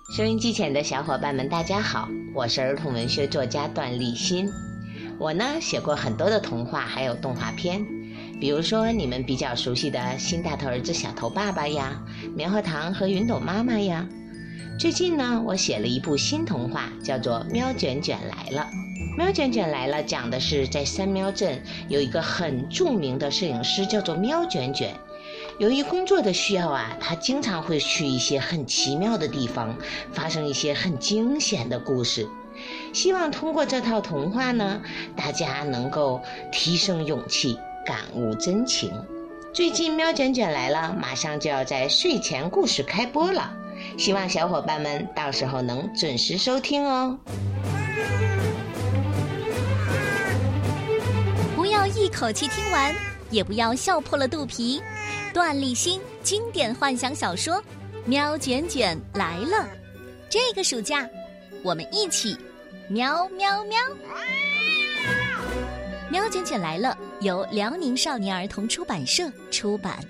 收音机前的小伙伴们大家好，我是儿童文学作家段立新。我呢写过很多的童话还有动画片，比如说你们比较熟悉的新大头儿子小头爸爸呀，棉花糖和云朵妈妈呀。最近呢我写了一部新童话，叫做喵卷卷来了。喵卷卷来了讲的是在三喵镇有一个很著名的摄影师，叫做喵卷卷。由于工作的需要啊，他经常会去一些很奇妙的地方，发生一些很惊险的故事。希望通过这套童话呢，大家能够提升勇气，感悟真情。最近喵卷卷来了马上就要在睡前故事开播了，希望小伙伴们到时候能准时收听哦。 不要一口气听完，也不要笑破了肚皮。段立新经典幻想小说《喵卷卷来了》，这个暑假我们一起喵喵喵！喵卷卷来了由辽宁少年儿童出版社出版。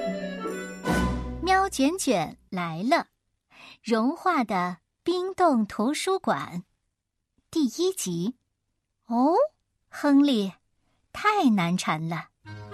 喵卷卷来了，融化的冰冻图书馆，第1集。哦，亨利，太难缠了。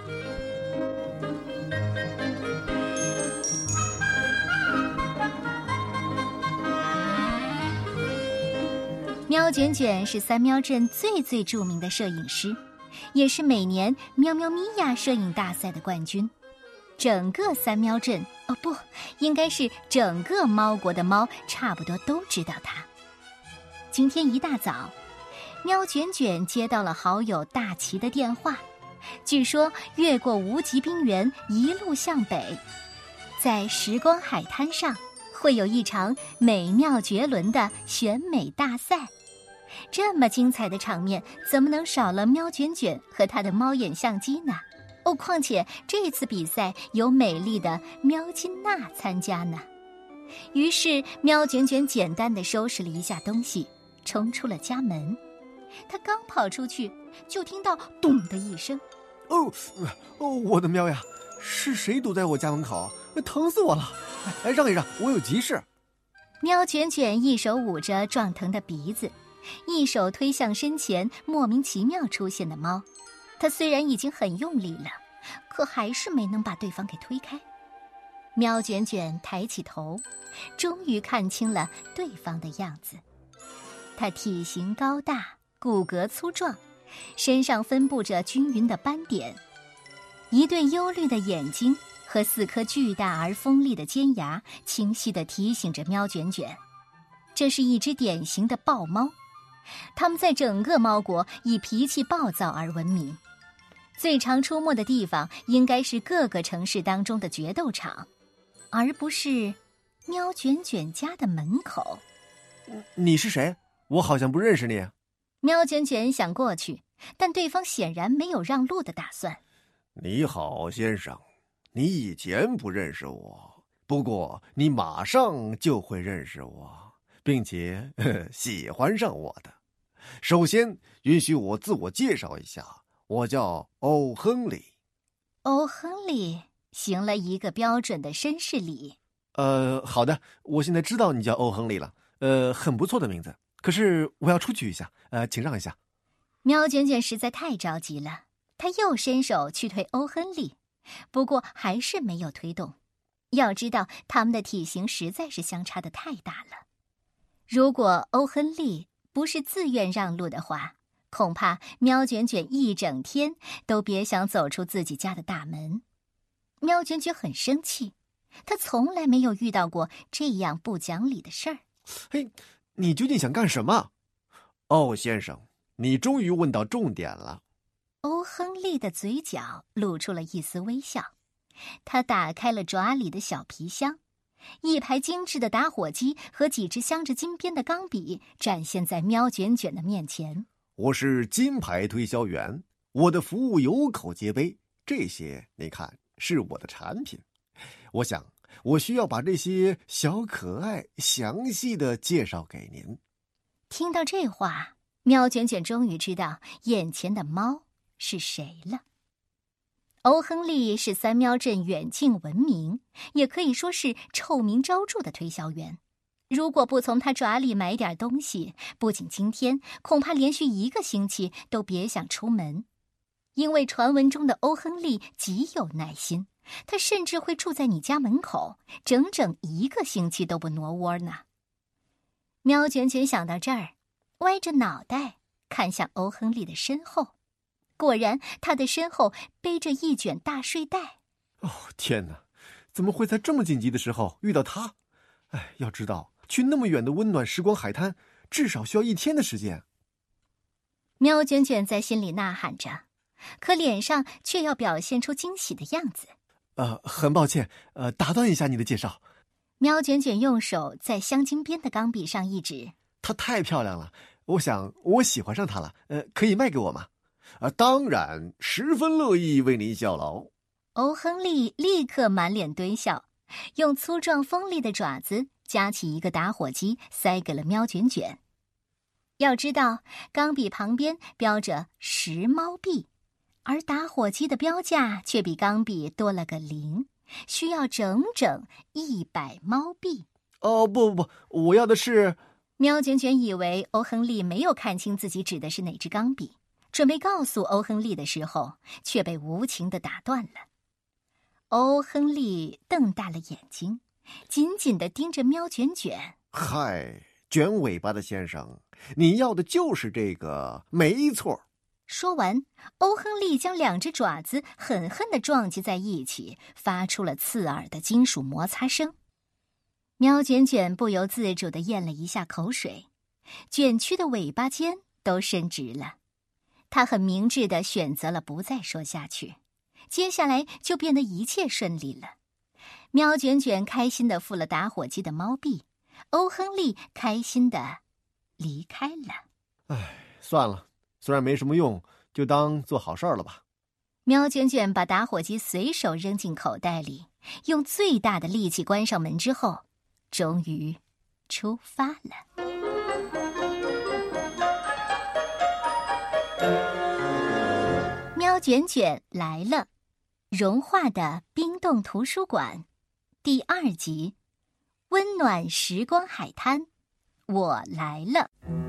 喵卷卷是三喵镇最著名的摄影师，也是每年喵喵咪呀摄影大赛的冠军。整个三喵镇，不，应该是整个猫国的猫差不多都知道他。今天一大早，喵卷卷接到了好友大齐的电话，据说越过无极冰原一路向北，在时光海滩上会有一场美妙绝伦的选美大赛。这么精彩的场面，怎么能少了喵卷卷和他的猫眼相机呢？况且这次比赛有美丽的喵金娜参加呢。于是喵卷卷简单地收拾了一下东西，冲出了家门。他刚跑出去，就听到咚的一声。 我的喵呀，是谁堵在我家门口？疼死我了！让一让，我有急事。 喵卷卷一手捂着撞疼的鼻子，一手推向身前莫名其妙出现的猫。他虽然已经很用力了，可还是没能把对方给推开。喵卷卷抬起头，终于看清了对方的样子。他体型高大，骨骼粗壮，身上分布着均匀的斑点，一对忧虑的眼睛和4颗巨大而锋利的尖牙清晰地提醒着喵卷卷，这是一只典型的豹猫。它们在整个猫国以脾气暴躁而闻名，最常出没的地方应该是各个城市当中的决斗场，而不是喵卷卷家的门口。 你是谁？我好像不认识你。 喵卷卷想过去，但对方显然没有让路的打算。 你好，先生，你以前不认识我，不过你马上就会认识我，并且喜欢上我的。首先，允许我自我介绍一下，我叫欧亨利。 欧亨利行了一个标准的绅士礼。 好的，我现在知道你叫欧亨利了，很不错的名字。可是我要出去一下，请让一下。 喵卷卷实在太着急了，他又伸手去推欧亨利，不过还是没有推动。要知道，他们的体型实在是相差的太大了。如果欧亨利不是自愿让路的话，恐怕喵卷卷一整天都别想走出自己家的大门。喵卷卷很生气，他从来没有遇到过这样不讲理的事儿。 嘿，你究竟想干什么？先生，你终于问到重点了。 欧亨利的嘴角露出了一丝微笑，他打开了爪里的小皮箱，一排精致的打火机和几支镶着金边的钢笔展现在喵卷卷的面前。 我是金牌推销员，我的服务有口皆碑，这些你看是我的产品。我想我需要把这些小可爱详细的介绍给您。 听到这话，喵卷卷终于知道眼前的猫是谁了。欧亨利是三喵镇远近闻名，也可以说是臭名昭著的推销员。 如果不从他爪里买点东西，不仅今天，恐怕连续1个星期都别想出门。因为传闻中的欧亨利极有耐心，他甚至会住在你家门口，整整1个星期都不挪窝呢。喵卷卷想到这儿，歪着脑袋看向欧亨利的身后，果然他的身后背着一卷大睡袋。 哦，天哪，怎么会在这么紧急的时候遇到他？哎，要知道去那么远的温暖时光海滩至少需要1天的时间。 喵卷卷在心里呐喊着，可脸上却要表现出惊喜的样子。 很抱歉，打断一下你的介绍。 喵卷卷用手在镶金边的钢笔上一指， 她太漂亮了，我想我喜欢上她了，可以卖给我吗？当然，十分乐意为您效劳。 欧亨利立刻满脸堆笑，用粗壮锋利的爪子夹起一个打火机，塞给了喵卷卷。要知道，钢笔旁边标着10猫币，而打火机的标价却比钢笔多了个0，需要整整100猫币。 哦，不，我要的是…… 喵卷卷以为欧亨利没有看清自己指的是哪支钢笔，准备告诉欧亨利的时候，却被无情地打断了。欧亨利瞪大了眼睛，紧紧地盯着喵卷卷。 嗨，卷尾巴的先生，你要的就是这个，没错。 说完，欧亨利将2只爪子狠狠地撞击在一起，发出了刺耳的金属摩擦声。喵卷卷不由自主地咽了一下口水，卷曲的尾巴尖都伸直了。他很明智地选择了不再说下去，接下来就变得一切顺利了。喵卷卷开心地付了打火机的猫币，欧亨利开心地离开了。 唉，算了，虽然没什么用，就当做好事儿了吧。 喵卷卷把打火机随手扔进口袋里，用最大的力气关上门之后，终于出发了。喵卷卷来了，融化的冰冻图书馆，第2集，温暖时光海滩，我来了。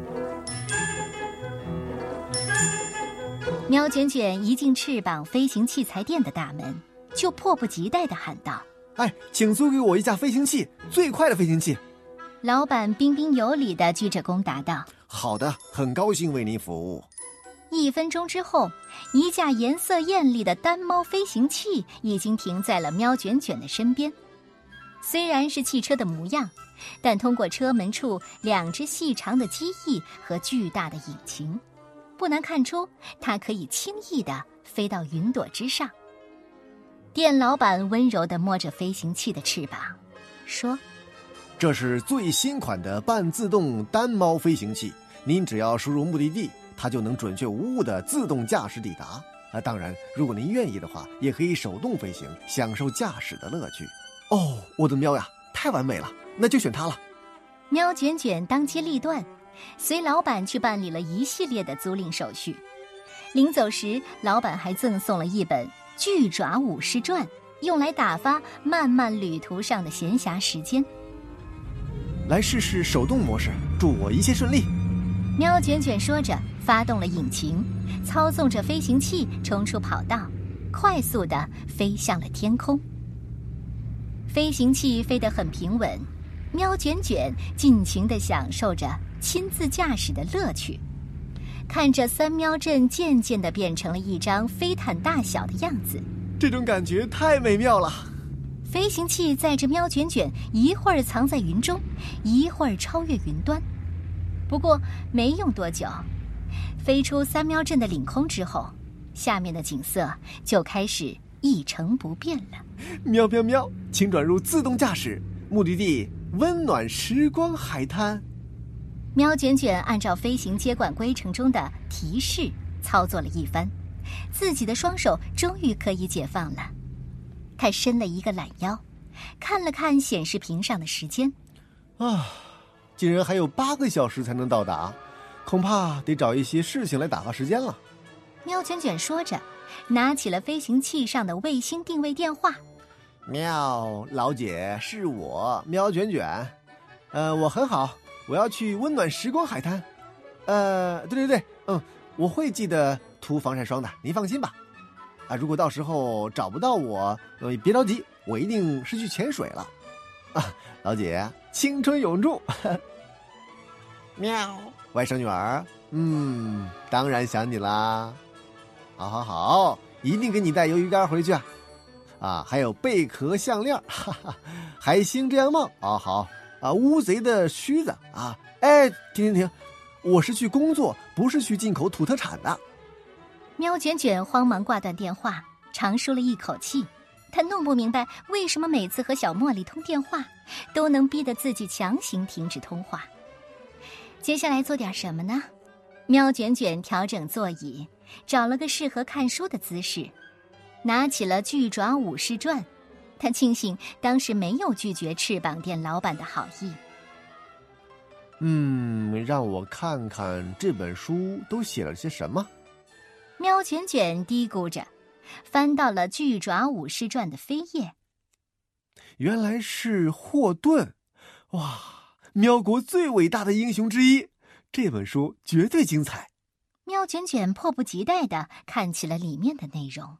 喵卷卷一进翅膀飞行器材店的大门，就迫不及待地喊道： 哎，请租给我一架飞行器，最快的飞行器。 老板彬彬有礼地鞠着躬答道： 好的，很高兴为您服务。 1分钟之后，一架颜色艳丽的单猫飞行器已经停在了喵卷卷的身边。虽然是汽车的模样，但通过车门处2只细长的机翼和巨大的引擎，不难看出它可以轻易地飞到云朵之上。店老板温柔地摸着飞行器的翅膀，说： 这是最新款的半自动单猫飞行器，您只要输入目的地，它就能准确无误地自动驾驶抵达。当然，如果您愿意的话，也可以手动飞行，享受驾驶的乐趣。哦，我的喵呀，太完美了，那就选它了。 喵卷卷当机立断，随老板去办理了一系列的租赁手续。临走时，老板还赠送了一本《巨爪武士传》，用来打发漫漫旅途上的闲暇时间。 来试试手动模式，祝我一切顺利。 喵卷卷说着，发动了引擎，操纵着飞行器冲出跑道，快速地飞向了天空。飞行器飞得很平稳，喵卷卷尽情地享受着亲自驾驶的乐趣，看着3喵镇渐渐地变成了一张飞毯大小的样子， 这种感觉太美妙了。 飞行器载着喵卷卷，一会儿藏在云中，一会儿超越云端。不过没用多久，飞出3喵镇的领空之后，下面的景色就开始一成不变了。 喵喵喵，请转入自动驾驶，目的地温暖时光海滩。 喵卷卷按照飞行接管规程中的提示操作了一番，自己的双手终于可以解放了。他伸了一个懒腰，看了看显示屏上的时间， 竟然还有8个小时才能到达，恐怕得找一些事情来打发时间了。 喵卷卷说着，拿起了飞行器上的卫星定位电话。 喵，老姐，是我，喵卷卷。 我很好，我要去温暖时光海滩。对，我会记得涂防晒霜的，您放心吧。如果到时候找不到我，别着急，我一定是去潜水了。老姐，青春永驻。喵，外甥女儿，当然想你啦。好，一定给你带鱿鱼干回去啊！还有贝壳项链，海星遮阳帽。好乌贼的须子啊！停，我是去工作，不是去进口土特产的。 喵卷卷慌忙挂断电话，长舒了一口气。他弄不明白为什么每次和小茉莉通电话，都能逼得自己强行停止通话。接下来做点什么呢？喵卷卷调整座椅，找了个适合看书的姿势，拿起了《巨爪武士传》。他庆幸当时没有拒绝翅膀店老板的好意。 让我看看这本书都写了些什么。 喵卷卷嘀咕着，翻到了《巨爪武士传》的扉页。 原来是霍顿，哇，喵国最伟大的英雄之一，这本书绝对精彩。 喵卷卷迫不及待地看起了里面的内容。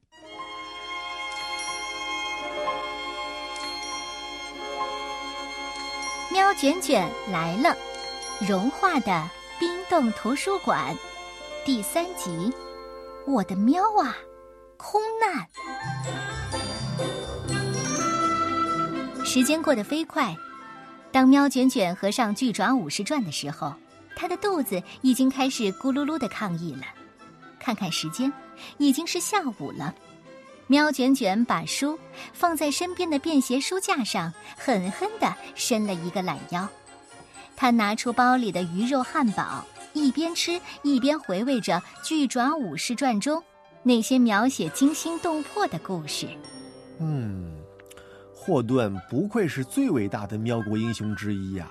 喵卷卷来了，融化的冰冻图书馆，第3集，我的喵啊，空难。时间过得飞快，当喵卷卷合上《巨爪武士传》的时候，他的肚子已经开始咕噜噜的抗议了。看看时间，已经是下午了。喵卷卷把书放在身边的便携书架上，狠狠地伸了一个懒腰。他拿出包里的鱼肉汉堡，一边吃一边回味着《巨爪武士传》中那些描写惊心动魄的故事。 霍顿不愧是最伟大的喵国英雄之一呀。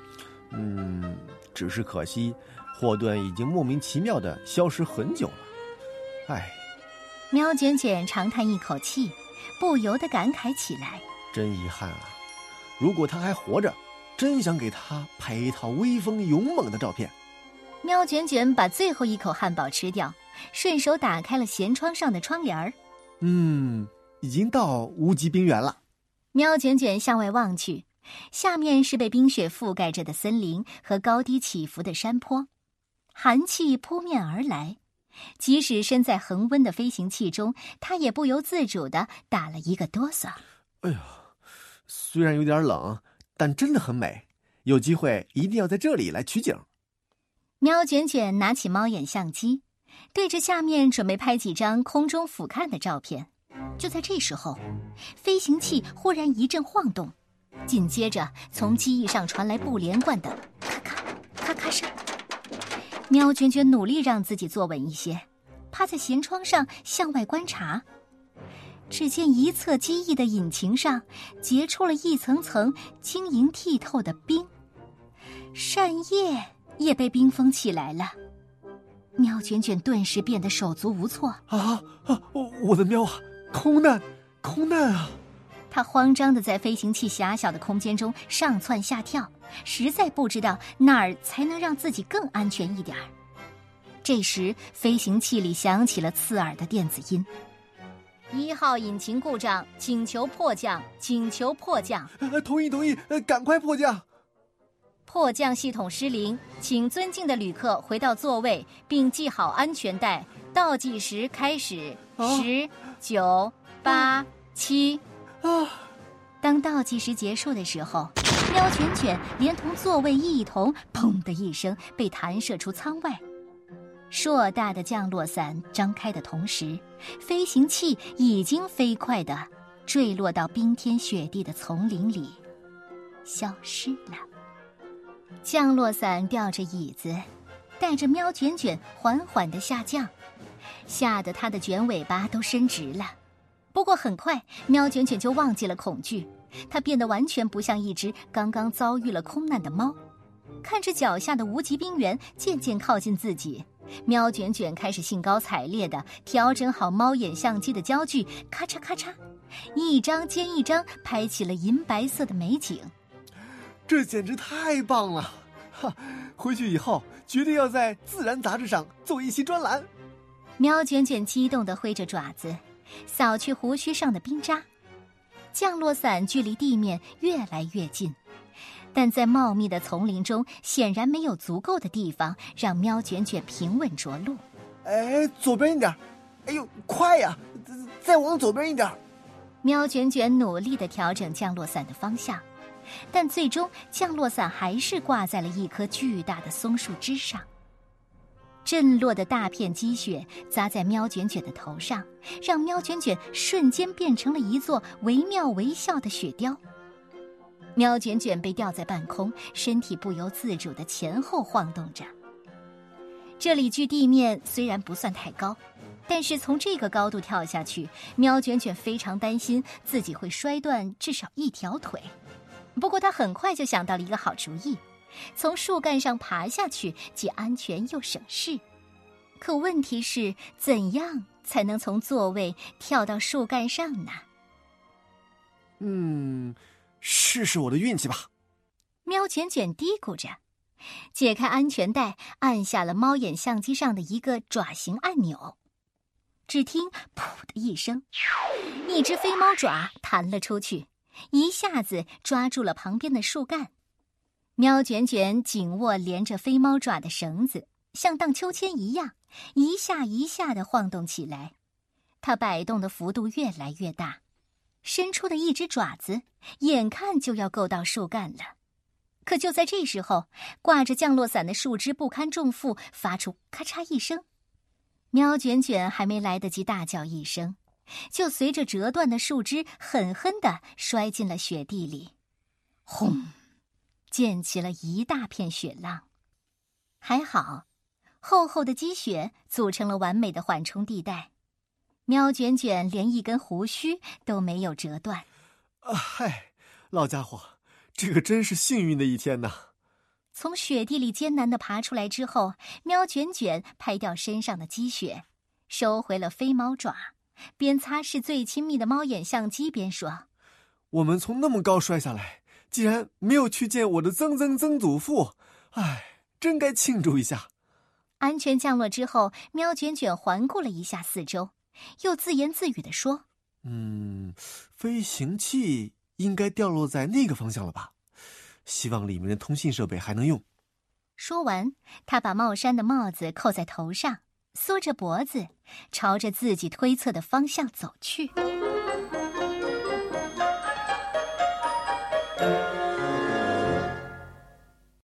只是可惜，霍顿已经莫名其妙地消失很久了。 喵卷卷长叹一口气，不由得感慨起来。 真遗憾啊！如果他还活着，真想给他拍一套威风勇猛的照片。 喵卷卷把最后一口汉堡吃掉，顺手打开了舷窗上的窗帘儿。 已经到无极冰原了。 喵卷卷向外望去，下面是被冰雪覆盖着的森林和高低起伏的山坡，寒气扑面而来。即使身在恒温的飞行器中，他也不由自主地打了一个哆嗦。 虽然有点冷，但真的很美，有机会一定要在这里来取景。 喵卷卷拿起猫眼相机，对着下面准备拍几张空中俯瞰的照片。就在这时候，飞行器忽然一阵晃动，紧接着从机翼上传来不连贯的咔咔咔咔声。喵卷卷努力让自己坐稳一些，趴在舷窗上向外观察。只见一侧机翼的引擎上结出了一层层晶莹剔透的冰，扇叶也被冰封起来了。喵卷卷顿时变得手足无措。 我的喵啊，空难啊！ 他慌张地在飞行器狭小的空间中上蹿下跳，实在不知道哪儿才能让自己更安全一点。这时飞行器里响起了刺耳的电子音：1号引擎故障，请求迫降，请求迫降。 同意，赶快迫降。 迫降系统失灵，请尊敬的旅客回到座位并系好安全带，倒计时开始，10、9、8、7。当倒计时结束的时候，喵卷卷连同座位一同砰的一声被弹射出舱外。硕大的降落伞张开的同时，飞行器已经飞快地坠落到冰天雪地的丛林里，消失了。降落伞吊着椅子，带着喵卷卷缓缓地下降，吓得它的卷尾巴都伸直了。不过很快，喵卷卷就忘记了恐惧，它变得完全不像一只刚刚遭遇了空难的猫。看着脚下的无极冰原渐渐靠近自己，喵卷卷开始兴高采烈地调整好猫眼相机的焦距，咔嚓咔嚓，一张接一张拍起了银白色的美景。 这简直太棒了！哈，回去以后绝对要在《自然》杂志上做一期专栏。 喵卷卷激动地挥着爪子，扫去胡须上的冰渣。降落伞距离地面越来越近，但在茂密的丛林中，显然没有足够的地方让喵卷卷平稳着陆。 哎，左边一点！哎呦，快呀！再往左边一点！ 喵卷卷努力地调整降落伞的方向，但最终降落伞还是挂在了一棵巨大的松树枝上。震落的大片积雪砸在喵卷卷的头上，让喵卷卷瞬间变成了一座惟妙惟肖的雪雕。喵卷卷被吊在半空，身体不由自主地前后晃动着。这里距地面虽然不算太高，但是从这个高度跳下去，喵卷卷非常担心自己会摔断至少一条腿。不过他很快就想到了一个好主意，从树干上爬下去，既安全又省事。可问题是，怎样才能从座位跳到树干上呢？ 试试我的运气吧。 喵卷卷嘀咕着，解开安全带，按下了猫眼相机上的一个爪形按钮。只听“噗”的一声，一只飞猫爪弹了出去，一下子抓住了旁边的树干。喵卷卷紧握连着飞猫爪的绳子，像荡秋千一样，一下一下地晃动起来。它摆动的幅度越来越大，伸出的一只爪子眼看就要够到树干了。可就在这时候，挂着降落伞的树枝不堪重负，发出咔嚓一声。喵卷卷还没来得及大叫一声，就随着折断的树枝狠狠地摔进了雪地里，轰，溅起了一大片雪浪。还好，厚厚的积雪组成了完美的缓冲地带，喵卷卷连一根胡须都没有折断。 嗨，老家伙，这个真是幸运的一天呐！ 从雪地里艰难地爬出来之后，喵卷卷拍掉身上的积雪，收回了飞猫爪，边擦拭最亲密的猫眼相机边说： 我们从那么高摔下来，竟然没有去见我的曾曾曾祖父，真该庆祝一下。 安全降落之后，喵卷卷环顾了一下四周，又自言自语地说： 飞行器应该掉落在那个方向了吧？希望里面的通信设备还能用。 说完，他把帽衫的帽子扣在头上，缩着脖子，朝着自己推测的方向走去。